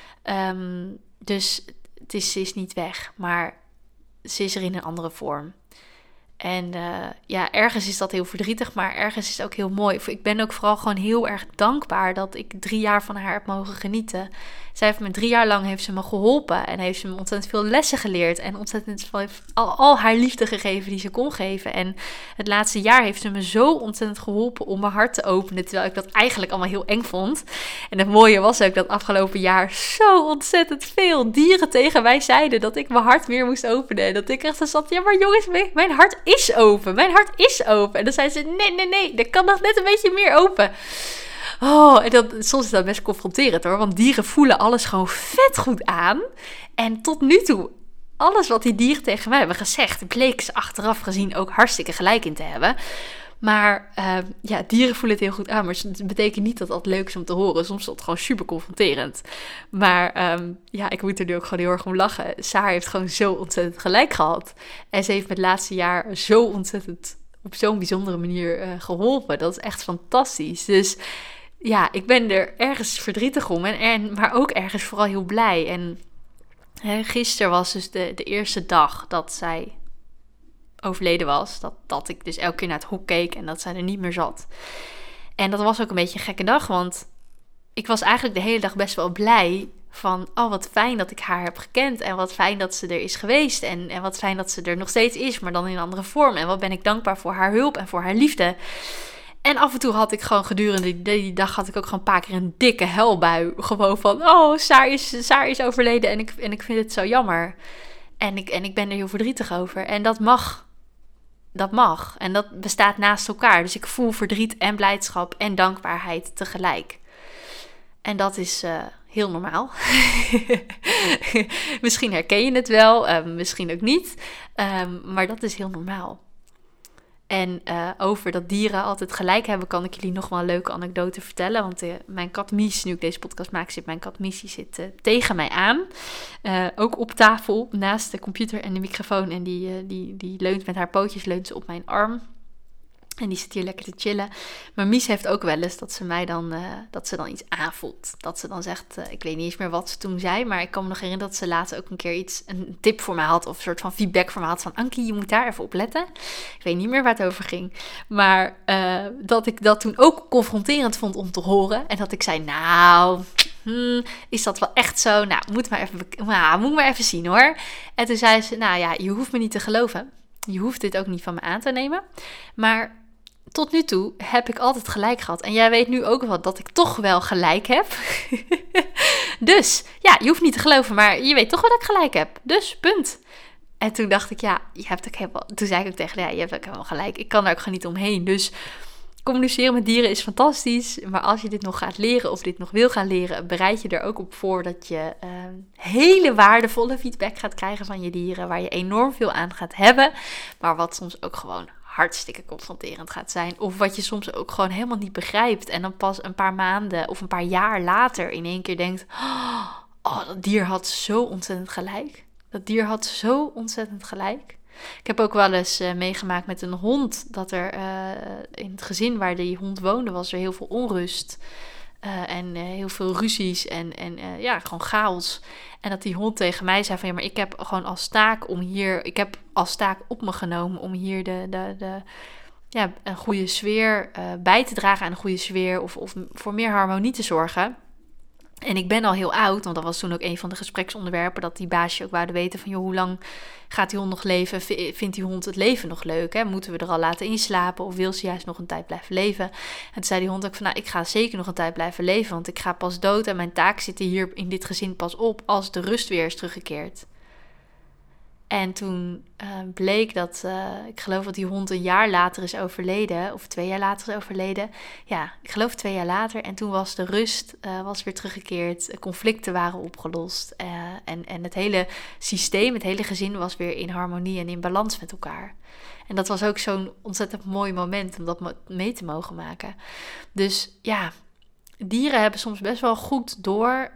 Dus ze is niet weg, maar ze is er in een andere vorm. En ergens is dat heel verdrietig, maar ergens is het ook heel mooi. Ik ben ook vooral gewoon heel erg dankbaar dat ik 3 jaar van haar heb mogen genieten. Zij heeft me 3 jaar lang heeft ze me geholpen en heeft ze me ontzettend veel lessen geleerd. En ontzettend veel, al haar liefde gegeven die ze kon geven. En het laatste jaar heeft ze me zo ontzettend geholpen om mijn hart te openen, terwijl ik dat eigenlijk allemaal heel eng vond. En het mooie was ook dat afgelopen jaar zo ontzettend veel dieren tegen mij zeiden dat ik mijn hart meer moest openen. En dat ik echt zat, ja maar jongens, mijn hart is open. Mijn hart is open. En dan zei ze, nee, dat kan nog net een beetje meer open. Oh, en soms is dat best confronterend hoor. Want dieren voelen alles gewoon vet goed aan. En tot nu toe, alles wat die dieren tegen mij hebben gezegd, bleek ze achteraf gezien ook hartstikke gelijk in te hebben. Maar dieren voelen het heel goed aan. Maar het betekent niet dat dat leuk is om te horen. Soms is dat gewoon super confronterend. Maar ik moet er nu ook gewoon heel erg om lachen. Saar heeft gewoon zo ontzettend gelijk gehad. En ze heeft me het laatste jaar zo ontzettend op zo'n bijzondere manier geholpen. Dat is echt fantastisch. Dus ja, ik ben er ergens verdrietig om. Maar ook ergens vooral heel blij. En gisteren was dus de eerste dag dat zij overleden was. Dat ik dus elke keer naar het hok keek en dat zij er niet meer zat. En dat was ook een beetje een gekke dag, want ik was eigenlijk de hele dag best wel blij van, oh wat fijn dat ik haar heb gekend en wat fijn dat ze er is geweest en wat fijn dat ze er nog steeds is, maar dan in een andere vorm. En wat ben ik dankbaar voor haar hulp en voor haar liefde. En af en toe had ik gewoon gedurende die dag had ik ook gewoon een paar keer een dikke huilbui. Gewoon van, oh, Saar is overleden en ik vind het zo jammer. En ik ben er heel verdrietig over. En dat mag dat mag. En dat bestaat naast elkaar. Dus ik voel verdriet en blijdschap en dankbaarheid tegelijk. En dat is heel normaal. Misschien herken je het wel, misschien ook niet. Maar dat is heel normaal. En over dat dieren altijd gelijk hebben, kan ik jullie nog wel een leuke anekdote vertellen. Want mijn kat Mies, nu ik deze podcast maak, mijn kat Mies, die zit tegen mij aan. Ook op tafel, naast de computer en de microfoon. En die leunt met haar pootjes leunt ze op mijn arm. En die zit hier lekker te chillen. Maar Mies heeft ook wel eens dat ze mij dan, dat ze dan iets aanvoelt. Dat ze dan zegt, ik weet niet eens meer wat ze toen zei. Maar ik kan me nog herinneren dat ze later ook een keer een tip voor mij had. Of een soort van feedback voor mij had van, Ankie, je moet daar even op letten. Ik weet niet meer waar het over ging. Maar dat ik dat toen ook confronterend vond om te horen. En dat ik zei, nou, is dat wel echt zo? Nou, moet maar even zien hoor. En toen zei ze, nou ja, je hoeft me niet te geloven. Je hoeft dit ook niet van me aan te nemen. Maar tot nu toe heb ik altijd gelijk gehad. En jij weet nu ook wel dat ik toch wel gelijk heb. Dus, ja, je hoeft niet te geloven, maar je weet toch wel dat ik gelijk heb. Dus, punt. En toen dacht ik, ja, je hebt ook helemaal... Toen zei ik ook tegen je hebt ook helemaal gelijk. Ik kan er ook gewoon niet omheen. Dus communiceren met dieren is fantastisch. Maar als je dit nog gaat leren of dit nog wil gaan leren, bereid je er ook op voor dat je hele waardevolle feedback gaat krijgen van je dieren. Waar je enorm veel aan gaat hebben. Maar wat soms ook gewoon hartstikke confronterend gaat zijn. Of wat je soms ook gewoon helemaal niet begrijpt. En dan pas een paar maanden of een paar jaar later in één keer denkt, oh, dat dier had zo ontzettend gelijk. Dat dier had zo ontzettend gelijk. Ik heb ook wel eens meegemaakt met een hond. Dat er in het gezin waar die hond woonde was er heel veel onrust. En heel veel ruzies en gewoon chaos. En dat die hond tegen mij zei van, ja, maar ik heb gewoon als taak ik heb als taak op me genomen om hier een goede sfeer bij te dragen aan een goede sfeer of voor meer harmonie te zorgen. En ik ben al heel oud, want dat was toen ook een van de gespreksonderwerpen, dat die baasje ook wou weten van, joh, hoe lang gaat die hond nog leven? Vindt die hond het leven nog leuk? Hè? Moeten we er al laten inslapen of wil ze juist nog een tijd blijven leven? En toen zei die hond ook van, nou, ik ga zeker nog een tijd blijven leven, want ik ga pas dood en mijn taak zit hier in dit gezin pas op als de rust weer is teruggekeerd. En toen bleek dat, ik geloof dat die hond een jaar later is overleden, of 2 jaar later is overleden. Ja, ik geloof 2 jaar later. En toen was de rust was weer teruggekeerd, conflicten waren opgelost. En het hele systeem, het hele gezin was weer in harmonie en in balans met elkaar. En dat was ook zo'n ontzettend mooi moment om dat mee te mogen maken. Dus ja, dieren hebben soms best wel goed door...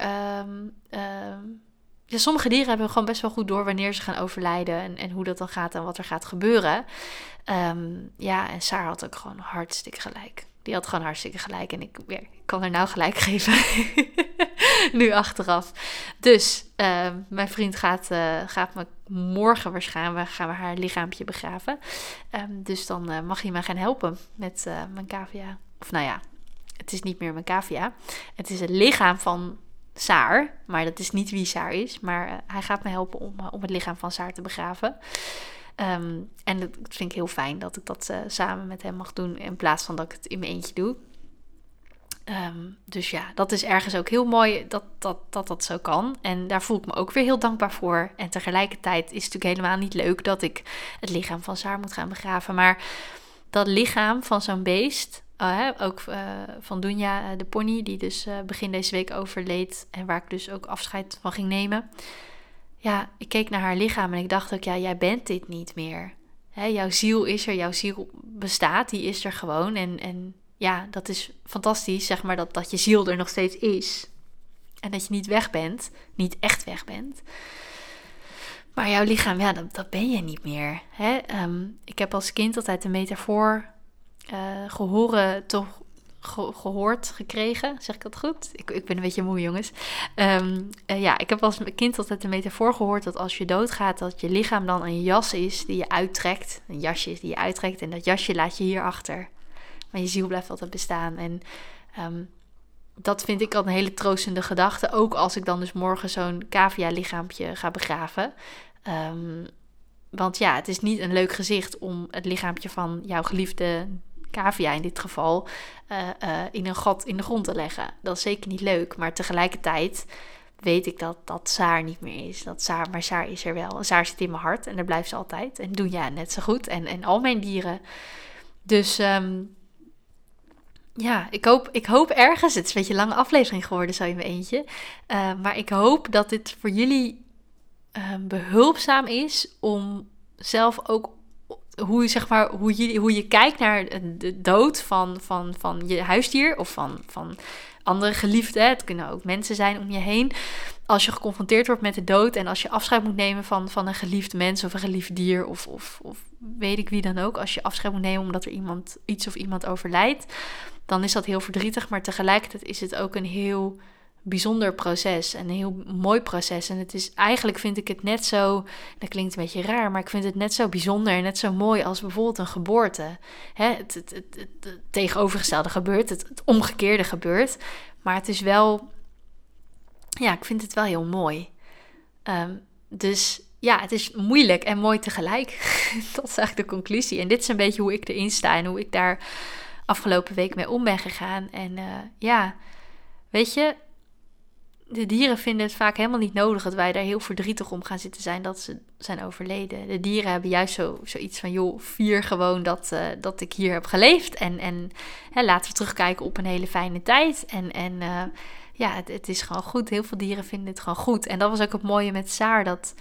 Ja, sommige dieren hebben gewoon best wel goed door wanneer ze gaan overlijden en hoe dat dan gaat en wat er gaat gebeuren. En Saar had ook gewoon hartstikke gelijk. Die had gewoon hartstikke gelijk en ik kan er nou gelijk geven. Nu achteraf. Dus mijn vriend gaat me morgen waarschijnlijk gaan we haar lichaampje begraven. Dus dan mag hij me gaan helpen met mijn cavia. Of nou ja, het is niet meer mijn cavia. Het is het lichaam van Saar, maar dat is niet wie Saar is. Maar hij gaat me helpen om het lichaam van Saar te begraven. En dat vind ik heel fijn dat ik dat samen met hem mag doen in plaats van dat ik het in mijn eentje doe. Dus ja, dat is ergens ook heel mooi dat zo kan. En daar voel ik me ook weer heel dankbaar voor. En tegelijkertijd is het natuurlijk helemaal niet leuk dat ik het lichaam van Saar moet gaan begraven. Maar dat lichaam van zo'n beest... ook van Dunja, de pony, die dus begin deze week overleed en waar ik dus ook afscheid van ging nemen. Ja, ik keek naar haar lichaam en ik dacht ook, ja, jij bent dit niet meer. Jouw ziel is er, jouw ziel bestaat, die is er gewoon. En ja, dat is fantastisch, zeg maar, dat je ziel er nog steeds is. En dat je niet weg bent, niet echt weg bent. Maar jouw lichaam, ja, dat ben je niet meer. Ik heb als kind altijd de metafoor... gehoord gekregen. Zeg ik dat goed? Ik ben een beetje moe, jongens. Ik heb als kind altijd de metafoor gehoord dat als je doodgaat, dat je lichaam dan een jas is die je uittrekt. Een jasje is die je uittrekt en dat jasje laat je hier achter. Maar je ziel blijft altijd bestaan. En dat vind ik al een hele troostende gedachte. Ook als ik dan dus morgen zo'n cavia-lichaampje ga begraven. Want ja, het is niet een leuk gezicht om het lichaampje van jouw geliefde cavia in dit geval in een gat in de grond te leggen. Dat is zeker niet leuk, maar tegelijkertijd weet ik dat Saar niet meer is. Maar Saar is er wel. Saar zit in mijn hart en daar blijft ze altijd. En doen ja net zo goed. En al mijn dieren. Dus ik hoop ergens... Het is een beetje een lange aflevering geworden zo in mijn eentje. Maar ik hoop dat dit voor jullie behulpzaam is om zelf ook... Hoe je kijkt naar de dood van je huisdier of van andere geliefden. Het kunnen ook mensen zijn om je heen. Als je geconfronteerd wordt met de dood en als je afscheid moet nemen van een geliefd mens of een geliefd dier of weet ik wie dan ook. Als je afscheid moet nemen omdat er iemand overlijdt, dan is dat heel verdrietig. Maar tegelijkertijd is het ook een heel bijzonder proces en een heel mooi proces. En het is eigenlijk, vind ik het net zo, dat klinkt een beetje raar, maar ik vind het net zo bijzonder en net zo mooi als bijvoorbeeld een geboorte. Het tegenovergestelde gebeurt, het omgekeerde gebeurt. Maar het is wel, ik vind het wel heel mooi. Dus ja, het is moeilijk en mooi tegelijk. Dat is eigenlijk de conclusie. En dit is een beetje hoe ik erin sta en hoe ik daar afgelopen week mee om ben gegaan. En weet je, de dieren vinden het vaak helemaal niet nodig dat wij daar heel verdrietig om gaan zitten zijn dat ze zijn overleden. De dieren hebben juist zoiets van, joh, vier gewoon dat ik hier heb geleefd. En laten we terugkijken op een hele fijne tijd. Het is gewoon goed. Heel veel dieren vinden het gewoon goed. En dat was ook het mooie met Saar, dat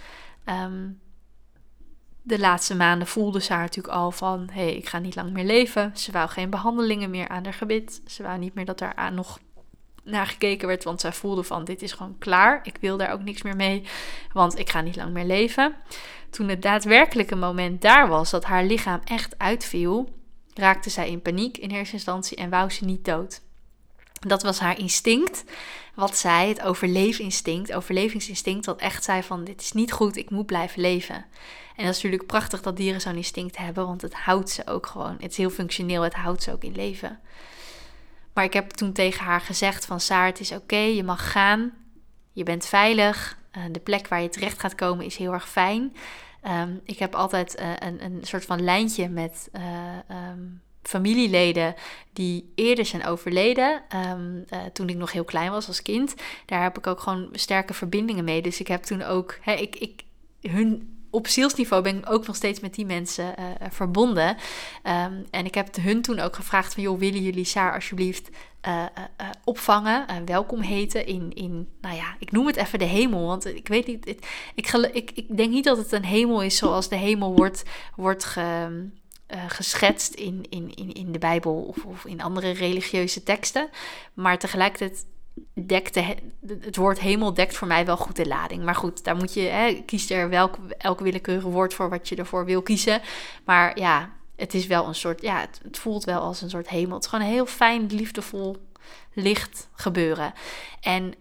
de laatste maanden voelde Saar natuurlijk al van, ik ga niet lang meer leven. Ze wou geen behandelingen meer aan haar gebit. Ze wou niet meer dat er nog naar gekeken werd, want zij voelde van, dit is gewoon klaar. Ik wil daar ook niks meer mee, want ik ga niet lang meer leven. Toen het daadwerkelijke moment daar was, dat haar lichaam echt uitviel, raakte zij in paniek in eerste instantie en wou ze niet dood. Dat was haar instinct, het overlevingsinstinct, dat echt zei van, dit is niet goed, ik moet blijven leven. En dat is natuurlijk prachtig dat dieren zo'n instinct hebben, want het houdt ze ook gewoon. Het is heel functioneel, het houdt ze ook in leven. Maar ik heb toen tegen haar gezegd van, Saar, het is oké, je mag gaan. Je bent veilig. De plek waar je terecht gaat komen is heel erg fijn. Ik heb altijd een soort van lijntje met familieleden die eerder zijn overleden. Toen ik nog heel klein was als kind. Daar heb ik ook gewoon sterke verbindingen mee. Dus ik heb toen ook... Op zielsniveau ben ik ook nog steeds met die mensen verbonden. En ik heb hun toen ook gevraagd van, joh, willen jullie Saar alsjeblieft opvangen, welkom heten in, ik noem het even de hemel. Want ik weet niet, ik denk niet dat het een hemel is zoals de hemel wordt geschetst in de Bijbel of in andere religieuze teksten. Maar tegelijkertijd het woord hemel dekt voor mij wel goed de lading. Maar goed, daar moet je, kies er elk willekeurige woord voor wat je ervoor wil kiezen. Maar ja, het is wel een soort, het voelt wel als een soort hemel. Het is gewoon een heel fijn, liefdevol, licht gebeuren. En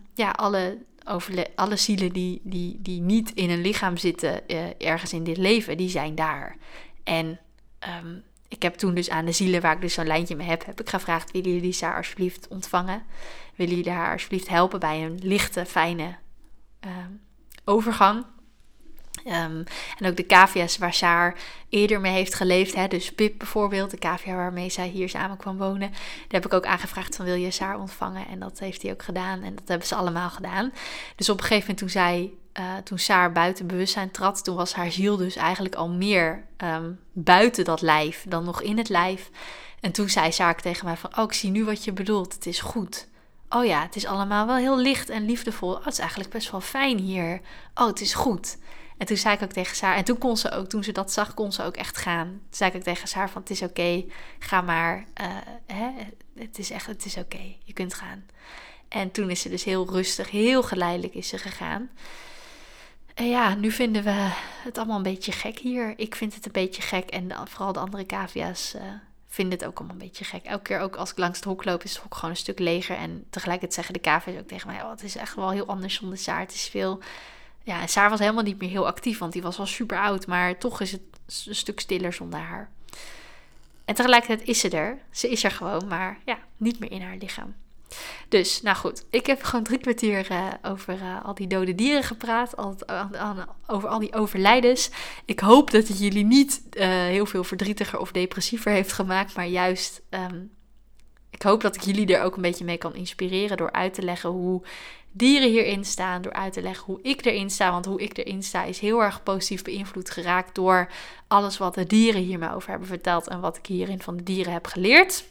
alle zielen die niet in een lichaam zitten ergens in dit leven, die zijn daar. En ik heb toen dus aan de zielen waar ik dus zo'n lijntje mee heb ik gevraagd, willen jullie Saar alsjeblieft ontvangen? Willen jullie haar alsjeblieft helpen bij een lichte, fijne overgang? En ook de cavia's waar Saar eerder mee heeft geleefd. Dus Pip bijvoorbeeld, de cavia waarmee zij hier samen kwam wonen. Daar heb ik ook aangevraagd van, wil je Saar ontvangen? En dat heeft hij ook gedaan. En dat hebben ze allemaal gedaan. Dus op een gegeven moment toen Saar buiten bewustzijn trad, toen was haar ziel dus eigenlijk al meer buiten dat lijf dan nog in het lijf. En toen zei Saar tegen mij van, ik zie nu wat je bedoelt. Het is goed. Oh ja, het is allemaal wel heel licht en liefdevol. Het is eigenlijk best wel fijn hier. Het is goed. En toen zei ik ook tegen Saar, en toen ze dat zag, kon ze ook echt gaan. Toen zei ik ook tegen Saar van, het is oké, ga maar. Het is oké, je kunt gaan. En toen is ze dus heel rustig, heel geleidelijk is ze gegaan. En nu vinden we het allemaal een beetje gek hier. Ik vind het een beetje gek en vooral de andere cavia's vinden het ook allemaal een beetje gek. Elke keer ook als ik langs het hok loop, is het hok gewoon een stuk leger. En tegelijkertijd zeggen de cavia's ook tegen mij, het is echt wel heel anders zonder Saar. Het is veel... Ja, en Saar was helemaal niet meer heel actief, want die was wel super oud. Maar toch is het een stuk stiller zonder haar. En tegelijkertijd is ze er. Ze is er gewoon, maar niet meer in haar lichaam. Dus, nou goed. Ik heb gewoon 3 kwartier over al die dode dieren gepraat. Over al die overlijdens. Ik hoop dat het jullie niet heel veel verdrietiger of depressiever heeft gemaakt. Maar juist Ik hoop dat ik jullie er ook een beetje mee kan inspireren door uit te leggen hoe dieren hierin staan, door uit te leggen hoe ik erin sta. Want hoe ik erin sta is heel erg positief beïnvloed geraakt door alles wat de dieren hier me over hebben verteld en wat ik hierin van de dieren heb geleerd.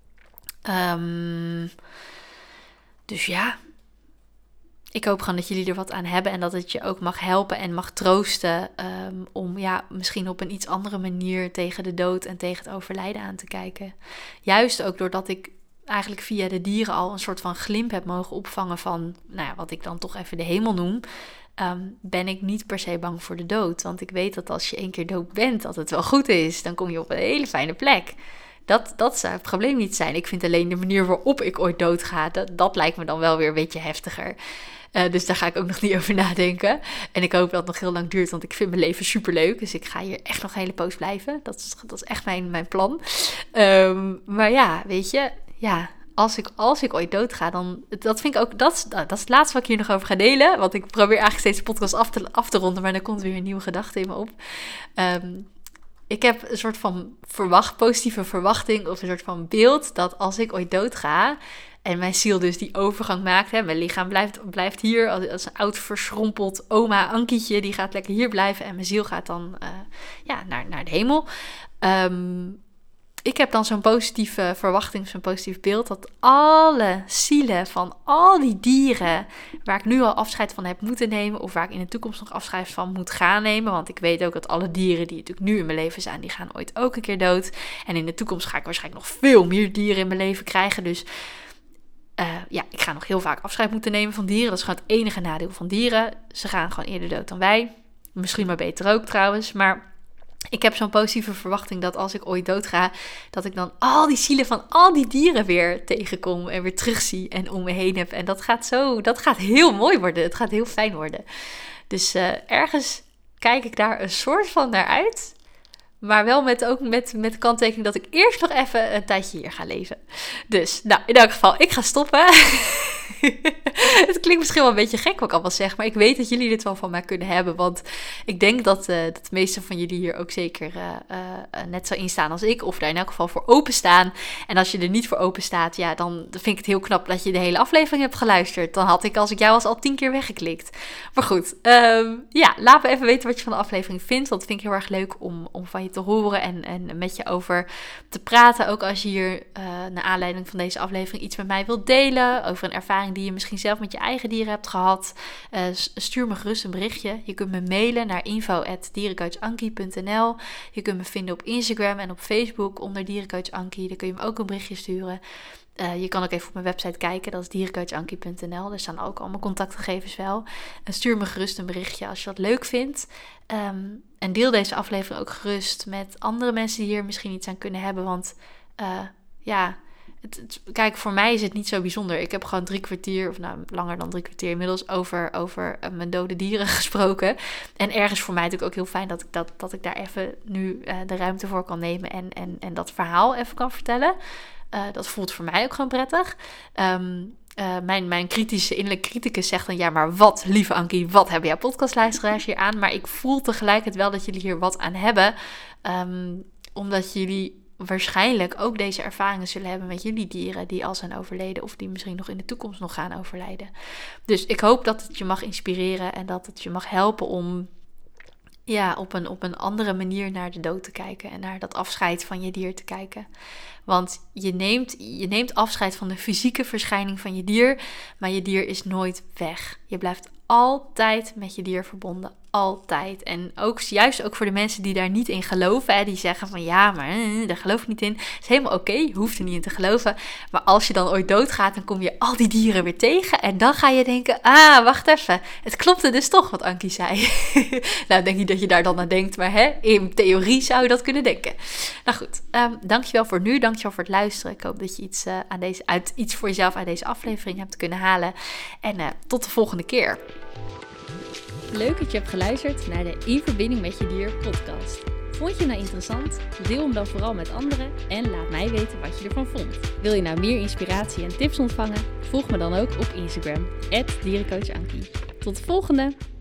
Dus ja, ik hoop gewoon dat jullie er wat aan hebben en dat het je ook mag helpen en mag troosten om misschien op een iets andere manier tegen de dood en tegen het overlijden aan te kijken. Juist ook doordat ik eigenlijk via de dieren al een soort van glimp heb mogen opvangen van, wat ik dan toch even de hemel noem, ben ik niet per se bang voor de dood. Want ik weet dat als je 1 keer dood bent, dat het wel goed is. Dan kom je op een hele fijne plek. Dat zou het probleem niet zijn. Ik vind alleen de manier waarop ik ooit doodga, dat lijkt me dan wel weer een beetje heftiger. Dus daar ga ik ook nog niet over nadenken. En ik hoop dat het nog heel lang duurt, want ik vind mijn leven superleuk. Dus ik ga hier echt nog een hele poos blijven. Dat is echt mijn plan. Maar ja, weet je, als ik ooit doodga, dan, dat vind ik ook, dat is het laatste wat ik hier nog over ga delen. Want ik probeer eigenlijk steeds de podcast af te ronden, maar dan komt weer een nieuwe gedachte in me op. Ik heb een soort van positieve verwachting of een soort van beeld dat als ik ooit doodga en mijn ziel dus die overgang maakt, mijn lichaam blijft hier als een oud verschrompeld oma Ankietje, die gaat lekker hier blijven en mijn ziel gaat dan naar de hemel. Ik heb dan zo'n positieve verwachting, zo'n positief beeld dat alle zielen van al die dieren waar ik nu al afscheid van heb moeten nemen of waar ik in de toekomst nog afscheid van moet gaan nemen, want ik weet ook dat alle dieren die natuurlijk nu in mijn leven zijn, die gaan ooit ook een keer dood. En in de toekomst ga ik waarschijnlijk nog veel meer dieren in mijn leven krijgen. Dus ik ga nog heel vaak afscheid moeten nemen van dieren. Dat is gewoon het enige nadeel van dieren. Ze gaan gewoon eerder dood dan wij. Misschien maar beter ook trouwens, maar ik heb zo'n positieve verwachting dat als ik ooit doodga, dat ik dan al die zielen van al die dieren weer tegenkom en weer terugzie en om me heen heb. En dat gaat heel mooi worden. Het gaat heel fijn worden. Dus ergens kijk ik daar een soort van naar uit. Maar wel met de kanttekening dat ik eerst nog even een tijdje hier ga leven. Dus, in elk geval, ik ga stoppen. Het klinkt misschien wel een beetje gek wat ik allemaal zeg, maar ik weet dat jullie dit wel van mij kunnen hebben. Want ik denk dat de meeste van jullie hier ook zeker net zo in staan als ik. Of daar in elk geval voor openstaan. En als je er niet voor open staat, dan vind ik het heel knap dat je de hele aflevering hebt geluisterd. Dan had ik, als ik jou was, al 10 keer weggeklikt. Maar goed, laat me even weten wat je van de aflevering vindt. Want dat vind ik heel erg leuk om van je te horen en met je over te praten. Ook als je hier naar aanleiding van deze aflevering iets met mij wilt delen over een ervaring die je misschien zelf met je eigen dieren hebt gehad. Stuur me gerust een berichtje. Je kunt me mailen naar info@dierencoachankie.nl. Je kunt me vinden op Instagram en op Facebook onder Dierencoach Ankie. Daar kun je me ook een berichtje sturen. Je kan ook even op mijn website kijken, dat is dierencoachankie.nl. Daar staan ook al mijn contactgegevens wel. Stuur me gerust een berichtje als je dat leuk vindt. En deel deze aflevering ook gerust met andere mensen die hier misschien iets aan kunnen hebben. Want kijk, voor mij is het niet zo bijzonder. Ik heb gewoon 3 kwartier, of langer dan 3 kwartier inmiddels, over mijn dode dieren gesproken. En ergens voor mij natuurlijk ook heel fijn dat ik daar even nu de ruimte voor kan nemen en dat verhaal even kan vertellen. Dat voelt voor mij ook gewoon prettig. Mijn kritische innerlijke criticus zegt dan, ja, maar wat, lieve Ankie, wat hebben jouw podcastluisteraars hier aan? Maar ik voel tegelijkertijd wel dat jullie hier wat aan hebben. Omdat jullie waarschijnlijk ook deze ervaringen zullen hebben met jullie dieren die al zijn overleden of die misschien nog in de toekomst nog gaan overlijden. Dus ik hoop dat het je mag inspireren en dat het je mag helpen om op een andere manier naar de dood te kijken en naar dat afscheid van je dier te kijken. Want je neemt afscheid van de fysieke verschijning van je dier, maar je dier is nooit weg. Je blijft altijd met je dier verbonden. Altijd. En juist ook voor de mensen die daar niet in geloven. Die zeggen van daar geloof ik niet in. Dat is helemaal oké. Je hoeft er niet in te geloven. Maar als je dan ooit doodgaat, dan kom je al die dieren weer tegen. En dan ga je denken, wacht even. Het klopte dus toch wat Ankie zei. Nou, denk niet dat je daar dan aan denkt. Maar in theorie zou je dat kunnen denken. Nou goed, dankjewel voor nu. Dankjewel voor het luisteren. Ik hoop dat je iets voor jezelf uit deze aflevering hebt kunnen halen. En tot de volgende keer. Leuk dat je hebt geluisterd naar de In Verbinding met je Dier podcast. Vond je hem nou interessant? Deel hem dan vooral met anderen en laat mij weten wat je ervan vond. Wil je nou meer inspiratie en tips ontvangen? Volg me dan ook op Instagram @dierencoachankie. Tot de volgende!